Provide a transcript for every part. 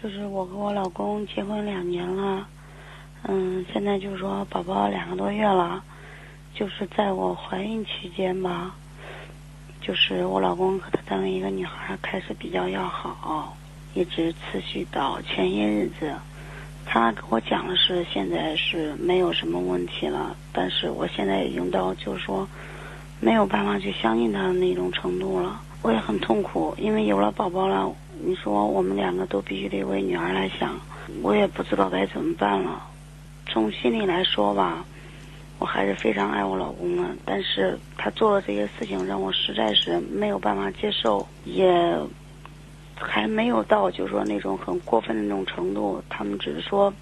就是我和我老公结婚2年了，现在就是说宝宝2个多月了，就是在我怀孕期间吧，就是我老公和他单位一个女孩开始比较要好，一直持续到前些日子。他跟我讲的是现在是没有什么问题了，但是我现在已经到就是说没有办法去相信他的那种程度了。我也很痛苦，因为有了宝宝了，你说我们2个都必须得为女儿来想，我也不知道该怎么办了。从心里来说吧，我还是非常爱我老公的，但是他做了这些事情让我实在是没有办法接受，也还没有到就是说那种很过分的那种程度。他们只是说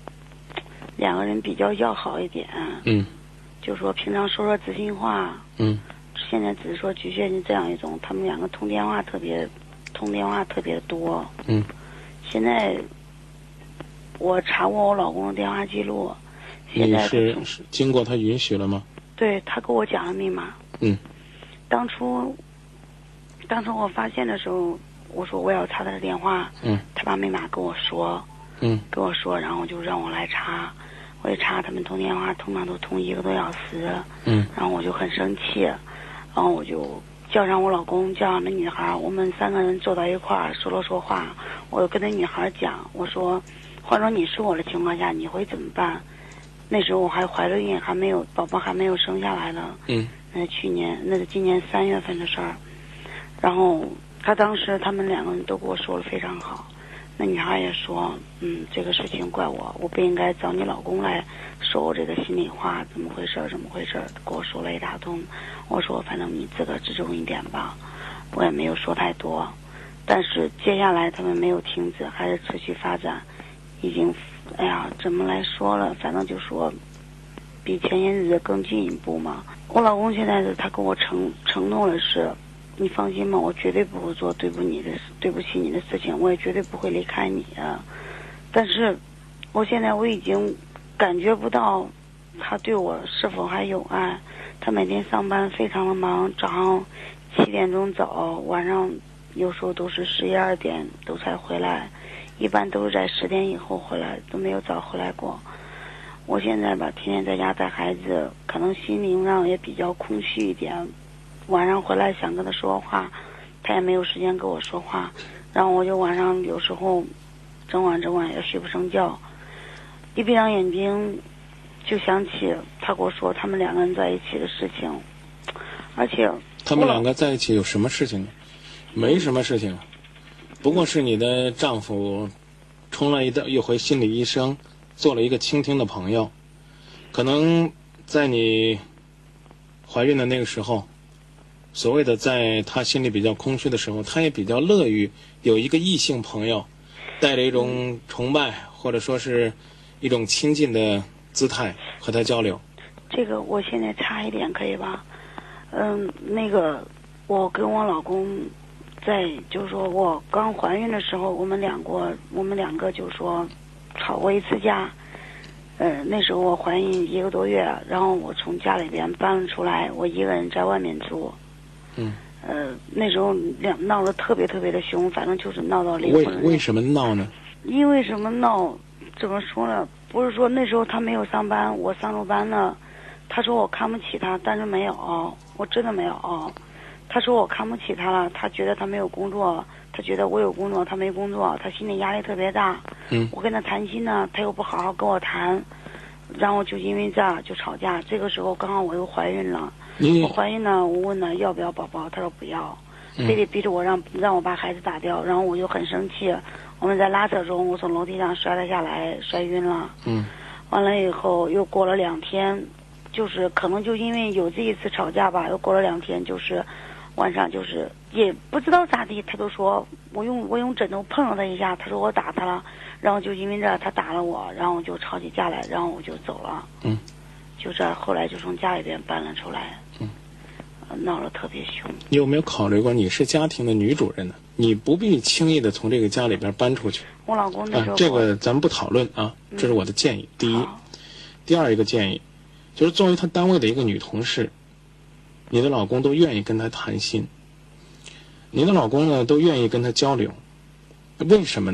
2个人比较要好一点，就是说平常说说知心话，现在只是说局限于这样一种，他们2个通电话特别多。现在我查过我老公的电话记录，现在是经过他允许了吗？ 对，他跟我讲了密码。当初我发现的时候，我说我要查他的电话，他把密码跟我说，然后就让我来查。我一查，他们通电话通常都通1个多小时，然后我就很生气，然后我就叫上我老公，叫上那女孩，我们3个人坐到一块儿说了说话。我就跟那女孩讲，我说换成你是我的情况下你会怎么办？那时候我还怀了孕，宝宝还没有生下来呢。那是今年3月份的事儿。然后他当时他们2个人都跟我说了非常好。那女孩也说，这个事情怪我不应该找你老公来说我这个心里话，怎么回事，跟我说了一大通。我说反正你自个自重一点吧，我也没有说太多。但是接下来他们没有停止，还是持续发展，已经怎么来说了，反正就说比前些日子更进一步嘛。我老公现在是他跟我承诺的是，你放心吧，我绝对不会做对不起你的事情，我也绝对不会离开你啊。但是我现在已经感觉不到他对我是否还有爱。他每天上班非常的忙，早上7点钟走，晚上有时候都是11、12点都才回来，一般都是在10点以后回来，都没有早回来过。我现在吧，天天在家带孩子，可能心灵上也比较空虚一点。晚上回来想跟他说话，他也没有时间跟我说话，然后我就晚上有时候整晚也睡不成觉，一闭上眼睛就想起他跟我说他们2个人在一起的事情。而且他们2个在一起有什么事情呢？没什么事情，不过是你的丈夫充了一回心理医生，做了一个倾听的朋友。可能在你怀孕的那个时候，所谓的在他心里比较空虚的时候，他也比较乐于有一个异性朋友，带着一种崇拜或者说是一种亲近的姿态和他交流。 这个我现在插一点可以吧？那个我跟我老公就是说我刚怀孕的时候，我们两个就说吵过一次架。那时候我怀孕1个多月，然后我从家里边搬了出来，我一个人在外面住。那时候闹得特别的凶，反正就是闹到离婚。 为什么闹呢？ 因为什么闹？怎么说呢？不是说那时候他没有上班，我上着班呢。他说我看不起他，但是没有，我真的没有。他说我看不起他了，他觉得他没有工作，他觉得我有工作，他没工作，他心里压力特别大。我跟他谈心呢，他又不好好跟我谈，然后就因为这就吵架。这个时候刚好我又怀孕了。我怀孕呢，我问他要不要宝宝，他说不要，非得逼着我让我把孩子打掉，然后我就很生气。我们在拉扯中，我从楼梯上摔了下来，摔晕了。完了以后又过了2天，就是可能就因为有这一次吵架吧，又过了2天，就是晚上就是也不知道咋地，他就说我用枕头碰了他一下，他说我打他了，然后就因为这他打了我，然后就吵起架来，然后我就走了。就这后来就从家里边搬了出来。闹得特别凶。 你有没有考虑过你是家庭的女主人呢？你不必轻易的从这个家里边搬出去。 我老公那时候这个咱们不讨论啊，这是我的建议。第一，第二一个建议就是作为他单位的一个女同事，你的老公都愿意跟他谈心，你的老公呢都愿意跟他交流，为什么呢？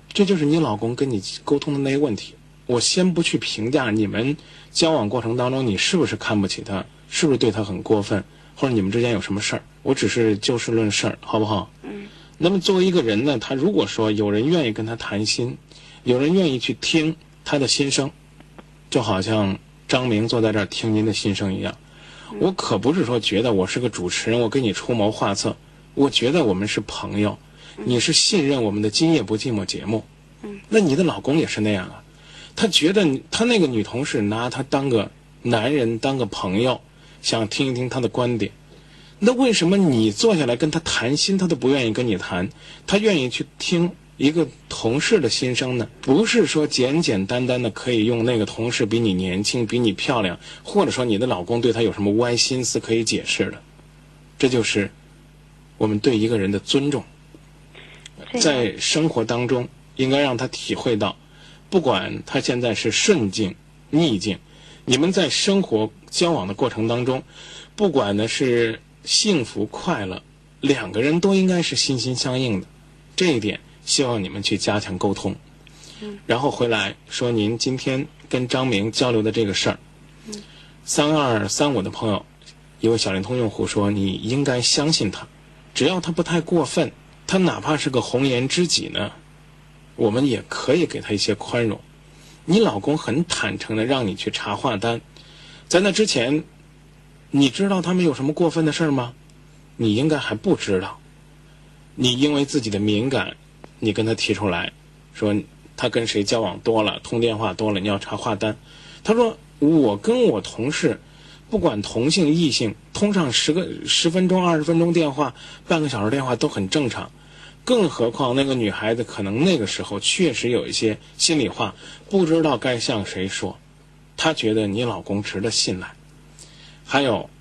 这就是你老公跟你沟通的那些问题。我先不去评价你们交往过程当中你是不是看不起他，是不是对他很过分，或者你们之间有什么事儿，我只是就事论事儿，好不好？那么作为一个人呢，他如果说有人愿意跟他谈心，有人愿意去听他的心声，就好像张明坐在这儿听您的心声一样，我可不是说觉得我是个主持人，我给你出谋划策，我觉得我们是朋友，你是信任我们的今夜不寂寞节目。那你的老公也是那样啊，他觉得他那个女同事拿他当个男人，当个朋友，想听一听他的观点。那为什么你坐下来跟他谈心，他都不愿意跟你谈，他愿意去听一个同事的心声呢？不是说简简单单的可以用那个同事比你年轻，比你漂亮，或者说你的老公对他有什么歪心思可以解释的。这就是我们对一个人的尊重，在生活当中应该让他体会到，不管他现在是顺境逆境，你们在生活交往的过程当中，不管呢是幸福快乐，两个人都应该是心心相印的。这一点希望你们去加强沟通。然后回来说您今天跟张明交流的这个事儿。3235的朋友，一位小灵通用户说，你应该相信他，只要他不太过分，他哪怕是个红颜知己呢，我们也可以给他一些宽容。你老公很坦诚的让你去查话单，在那之前你知道他们有什么过分的事吗？你应该还不知道。你因为自己的敏感，你跟他提出来说他跟谁交往多了，通电话多了，你要查话单。他说我跟我同事不管同性异性通上10分钟20分钟电话，半个小时电话都很正常，更何况那个女孩子可能那个时候确实有一些心里话不知道该向谁说，她觉得你老公值得信赖。还有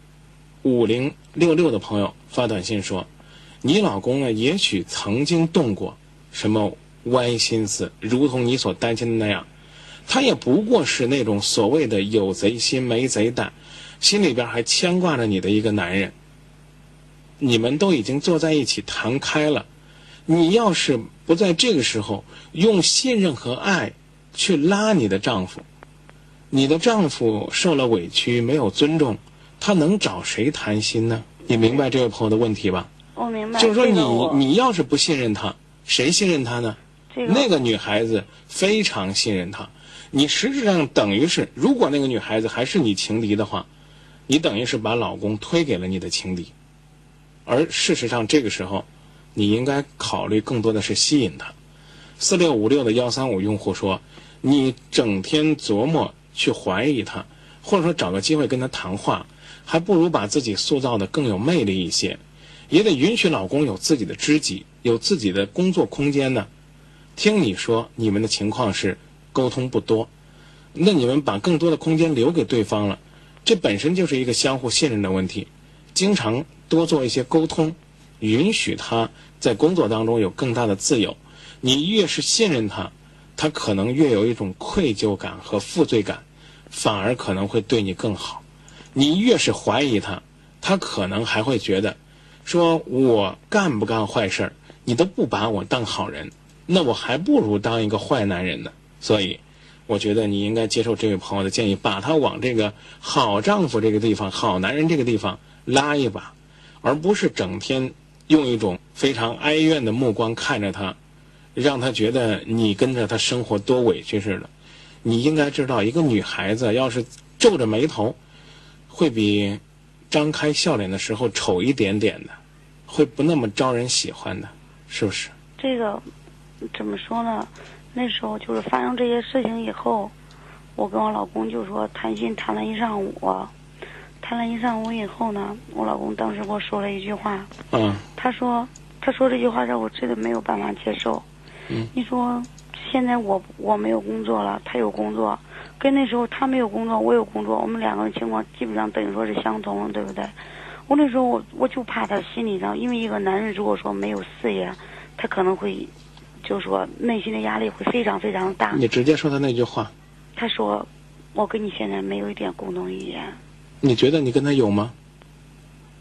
5066的朋友发短信说，你老公呢也许曾经动过什么歪心思，如同你所担心的那样，他也不过是那种所谓的有贼心没贼胆，心里边还牵挂着你的一个男人。你们都已经坐在一起谈开了，你要是不在这个时候用信任和爱去拉你的丈夫，你的丈夫受了委屈，没有尊重，他能找谁谈心呢？你明白这位朋友的问题吧？ 我明白。 就是说你要是不信任他，谁信任他呢？那个女孩子非常信任他，你实质上等于是，如果那个女孩子还是你情敌的话，你等于是把老公推给了你的情敌。而事实上这个时候你应该考虑更多的是吸引他。4656的135用户说，你整天琢磨去怀疑他，或者说找个机会跟他谈话，还不如把自己塑造的更有魅力一些，也得允许老公有自己的知己，有自己的工作空间呢。听你说你们的情况是沟通不多，那你们把更多的空间留给对方了，这本身就是一个相互信任的问题。经常多做一些沟通，允许他在工作当中有更大的自由。你越是信任他，他可能越有一种愧疚感和负罪感，反而可能会对你更好。你越是怀疑他，他可能还会觉得说，我干不干坏事你都不把我当好人，那我还不如当一个坏男人呢。所以我觉得你应该接受这位朋友的建议，把他往这个好丈夫这个地方，好男人这个地方拉一把，而不是整天用一种非常哀怨的目光看着他，让他觉得你跟着他生活多委屈似的。你应该知道，一个女孩子要是皱着眉头，会比张开笑脸的时候丑一点点的，会不那么招人喜欢的，是不是？ 这个怎么说呢？那时候就是发生这些事情以后，我跟我老公就说谈心谈了一上午，以后呢，我老公当时给我说了一句话，他说这句话让我真的没有办法接受。你说现在我没有工作了，他有工作，跟那时候他没有工作我有工作，我们两个人情况基本上等于说是相同了，对不对？我那时候我就怕他心理上，因为一个男人如果说没有事业，他可能会就是说内心的压力会非常非常大。 你直接说他那句话。 他说我跟你现在没有一点共同语言。 你觉得你跟他有吗？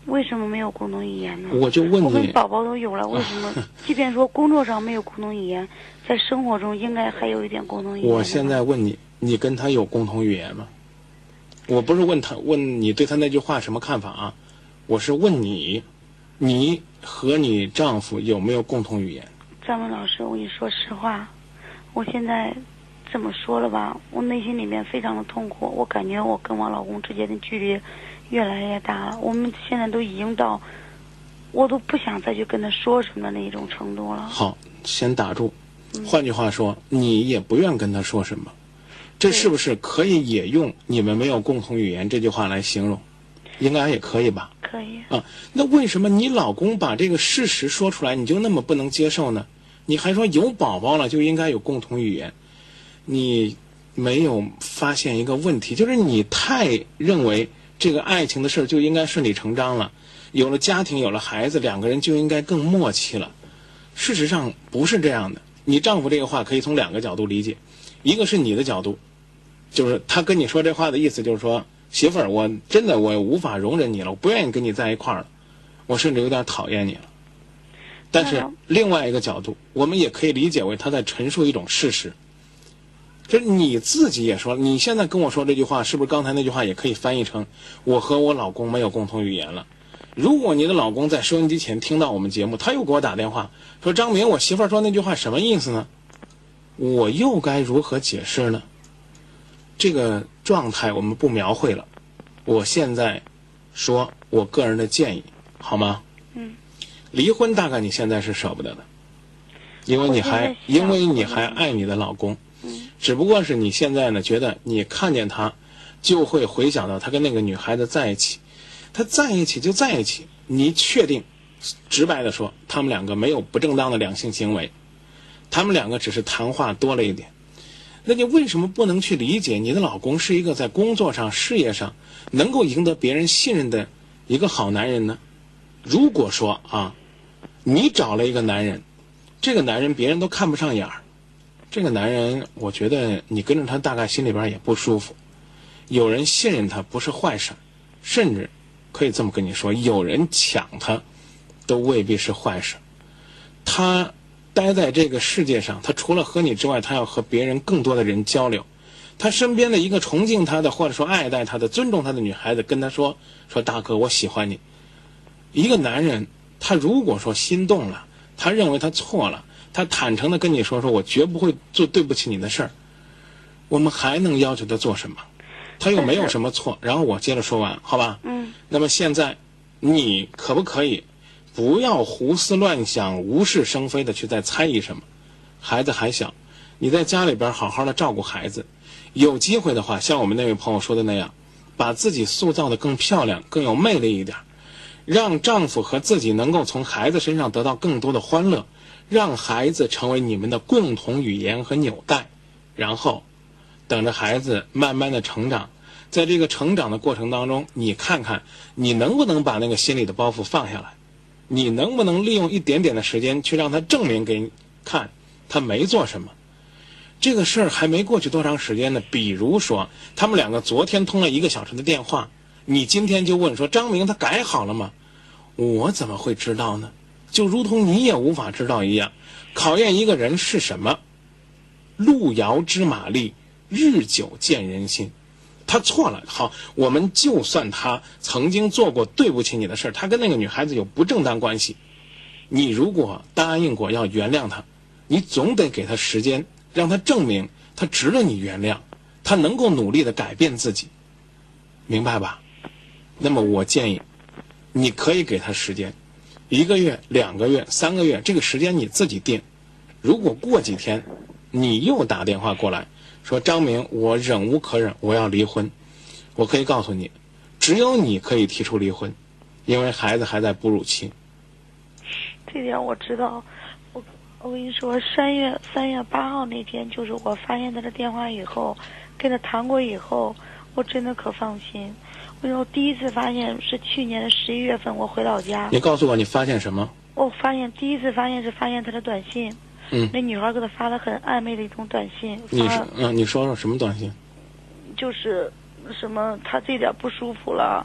为什么没有共同语言呢？ 我就问你， 我跟宝宝都有了，为什么即便说工作上没有共同语言，在生活中应该还有一点共同语言？ 我现在问你，你跟他有共同语言吗？我不是问你对他那句话什么看法啊？我是问你，你和你丈夫有没有共同语言？ 张文老师，我跟你说实话，我现在这么说了吧，我内心里面非常的痛苦，我感觉我跟我老公之间的距离越来越大了，我们现在都已经到我都不想再去跟他说什么的那种程度了。 好，先打住。换句话说，你也不愿跟他说什么，这是不是可以也用你们没有共同语言这句话来形容？应该也可以吧？ 可以啊。那为什么你老公把这个事实说出来，你就那么不能接受呢？你还说有宝宝了就应该有共同语言，你没有发现一个问题，就是你太认为这个爱情的事就应该顺理成章了，有了家庭有了孩子，两个人就应该更默契了。事实上不是这样的。你丈夫这个话可以从两个角度理解，一个是你的角度，就是他跟你说这话的意思就是说，媳妇儿，我真的我无法容忍你了，我不愿意跟你在一块儿了，我甚至有点讨厌你了。但是另外一个角度，我们也可以理解为他在陈述一种事实。就是你自己也说，你现在跟我说这句话，是不是刚才那句话也可以翻译成我和我老公没有共同语言了？如果你的老公在收音机前听到我们节目，他又给我打电话说，张明，我媳妇儿说那句话什么意思呢？我又该如何解释呢？这个状态我们不描绘了，我现在说我个人的建议，好吗？离婚大概你现在是舍不得的，因为你还爱你的老公，只不过是你现在呢觉得你看见他就会回想到他跟那个女孩子在一起，他在一起就在一起，你确定直白的说他们两个没有不正当的两性行为，他们两个只是谈话多了一点，那你为什么不能去理解你的老公是一个在工作上事业上能够赢得别人信任的一个好男人呢？如果说啊，你找了一个男人，这个男人别人都看不上眼儿，这个男人我觉得你跟着他大概心里边也不舒服，有人信任他不是坏事，甚至可以这么跟你说，有人抢他都未必是坏事。他待在这个世界上，他除了和你之外，他要和别人更多的人交流，他身边的一个崇敬他的或者说爱戴他的尊重他的女孩子跟他说大哥我喜欢你。一个男人他如果说心动了，他认为他错了，他坦诚的跟你说我绝不会做对不起你的事儿，我们还能要求他做什么？他又没有什么错。然后我接着说完，好吧？那么现在你可不可以不要胡思乱想，无事生非的去再猜疑什么？孩子还小，你在家里边好好的照顾孩子，有机会的话，像我们那位朋友说的那样，把自己塑造的更漂亮更有魅力一点，让丈夫和自己能够从孩子身上得到更多的欢乐，让孩子成为你们的共同语言和纽带，然后等着孩子慢慢的成长，在这个成长的过程当中，你看看你能不能把那个心里的包袱放下来，你能不能利用一点点的时间去让他证明给你看他没做什么。这个事儿还没过去多长时间呢，比如说他们两个昨天通了1个小时的电话，你今天就问说张明他改好了吗？我怎么会知道呢？就如同你也无法知道一样。考验一个人是什么？路遥知马力，日久见人心。他错了，好，我们就算他曾经做过对不起你的事，他跟那个女孩子有不正当关系，你如果答应过要原谅他，你总得给他时间，让他证明他值得你原谅，他能够努力的改变自己，明白吧？那么我建议你可以给他时间，1个月、2个月、3个月，这个时间你自己定。如果过几天你又打电话过来说张明我忍无可忍，我要离婚，我可以告诉你，只有你可以提出离婚，因为孩子还在哺乳期。 这点我知道。我跟你说，3月8号那天，就是我发现他的电话以后，跟他谈过以后，我真的可放心。我第一次发现是去年的11月份，我回老家。 你告诉我你发现什么？ 我第一次发现是发现他的短信。那女孩给他发了很暧昧的一种短信。 你说说什么短信？ 就是什么他这点不舒服了，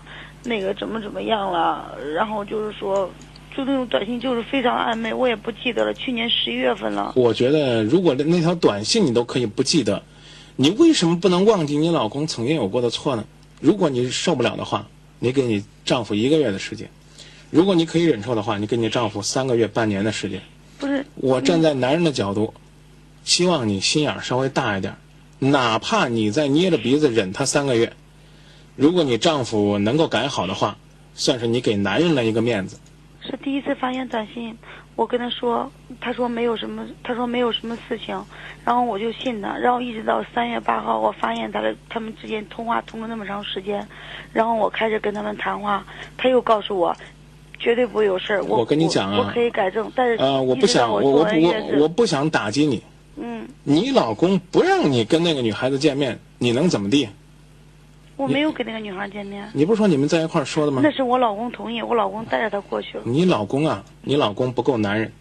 那个怎么样了，然后就是说就那种短信就是非常暧昧，我也不记得了，去年11月份了。 我觉得如果那条短信你都可以不记得，你为什么不能忘记你老公曾经有过的错呢？如果你受不了的话，你给你丈夫1个月的时间，如果你可以忍受的话，你给你丈夫3个月、半年的时间。 不是， 我站在男人的角度，希望你心眼稍微大一点，哪怕你再捏着鼻子忍他3个月，如果你丈夫能够改好的话，算是你给男人了一个面子。 是第一次发现短信，我跟他说，他说没有什么事情，然后我就信他，然后一直到3月8号，我发现他们之间通话通了那么长时间，然后我开始跟他们谈话，他又告诉我绝对不会有事儿。 我跟你讲啊， 我可以改正，但是我不想我不想打击你。你老公不让你跟那个女孩子见面，你能怎么地？ 我没有跟那个女孩见面。 你不是说你们在一块儿说的吗？ 那是我老公同意，我老公带着她过去了。 你老公啊，你老公不够男人。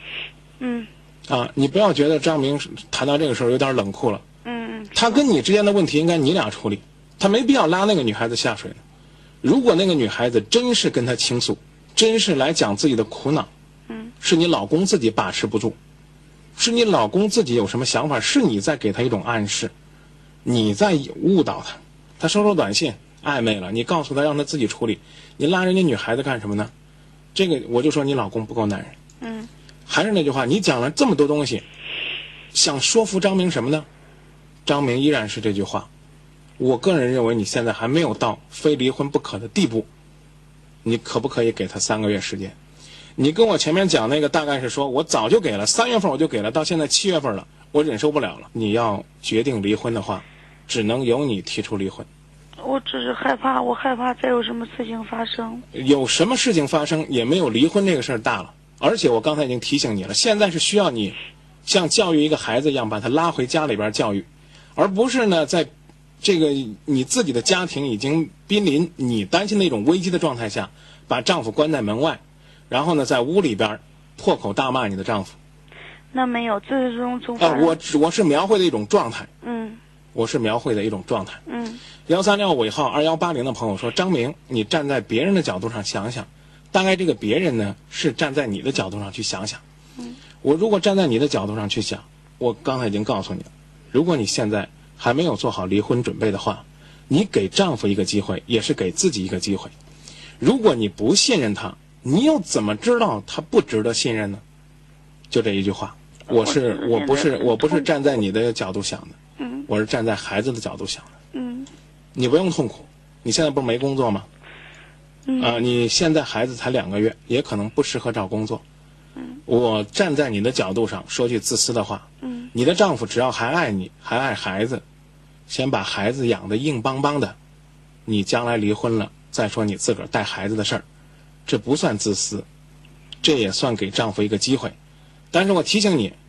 你不要觉得张明谈到这个时候有点冷酷了。他跟你之间的问题应该你俩处理，他没必要拉那个女孩子下水呢。如果那个女孩子真是跟他倾诉，真是来讲自己的苦恼，是你老公自己把持不住，是你老公自己有什么想法，是你在给他一种暗示，你在误导他。他收短信暧昧了，你告诉他让他自己处理，你拉人家女孩子干什么呢？这个我就说你老公不够男人。还是那句话，你讲了这么多东西，想说服张明什么呢？张明依然是这句话，我个人认为你现在还没有到非离婚不可的地步，你可不可以给他3个月时间？你跟我前面讲那个大概是说我早就给了，3月份我就给了，到现在7月份了，我忍受不了了。你要决定离婚的话，只能由你提出离婚。 我只是害怕，我害怕再有什么事情发生。 有什么事情发生也没有离婚这个事儿大了。而且我刚才已经提醒你了，现在是需要你像教育一个孩子一样把他拉回家里边教育，而不是呢在这个你自己的家庭已经濒临你担心的一种危机的状态下，把丈夫关在门外，然后呢在屋里边破口大骂你的丈夫。 那没有，这是从我是描绘的一种状态。我是描绘的一种状态。1365尾号2180的朋友说，张明，你站在别人的角度上想想，大概这个别人呢是站在你的角度上去想想。我如果站在你的角度上去想，我刚才已经告诉你了，如果你现在还没有做好离婚准备的话，你给丈夫一个机会，也是给自己一个机会。如果你不信任他，你又怎么知道他不值得信任呢？就这一句话，我不是站在你的角度想的，我是站在孩子的角度想的。你不用痛苦，你现在不是没工作吗？你现在孩子才2个月，也可能不适合找工作。我站在你的角度上说句自私的话，你的丈夫只要还爱你，还爱孩子，先把孩子养得硬邦邦的，你将来离婚了再说你自个儿带孩子的事儿，这不算自私，这也算给丈夫一个机会。但是我提醒你，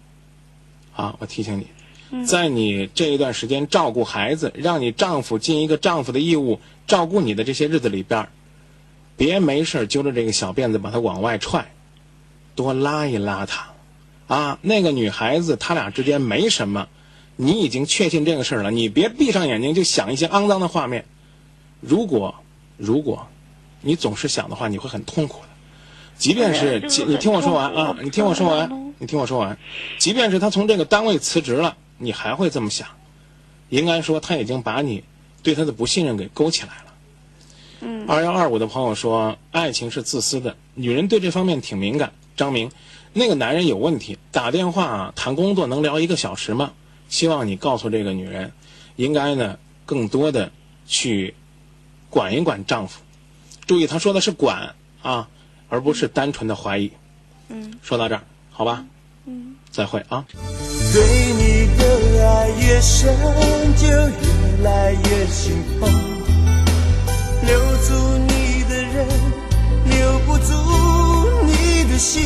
在你这一段时间照顾孩子，让你丈夫尽一个丈夫的义务，照顾你的这些日子里边，别没事揪着这个小辫子把他往外踹，多拉一拉他。那个女孩子他俩之间没什么，你已经确信这个事儿了，你别闭上眼睛就想一些肮脏的画面。如果你总是想的话，你会很痛苦的。即便是你听我说完，你听我说完，即便是他从这个单位辞职了，你还会这么想，应该说他已经把你对他的不信任给勾起来了。2125的朋友说，爱情是自私的，女人对这方面挺敏感。张明，那个男人有问题，打电话谈工作能聊1个小时吗？希望你告诉这个女人，应该呢更多的去管一管丈夫。注意，他说的是管而不是单纯的怀疑。说到这儿，好吧。再会啊。 对你的爱越深，就越来越心慌。留住你的人，留不住你的心。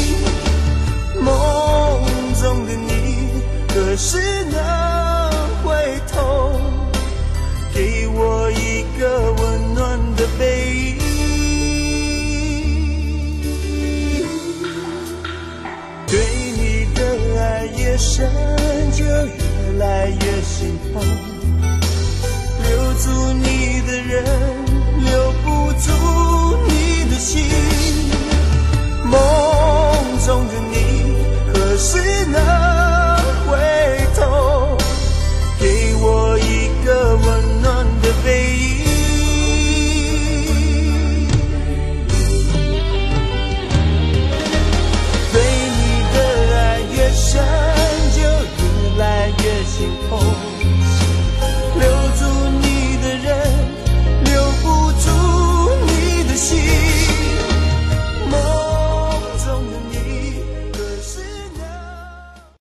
梦中的你，何时能回头，给我一个温暖的背影？对你的爱越深，就越来越心慌。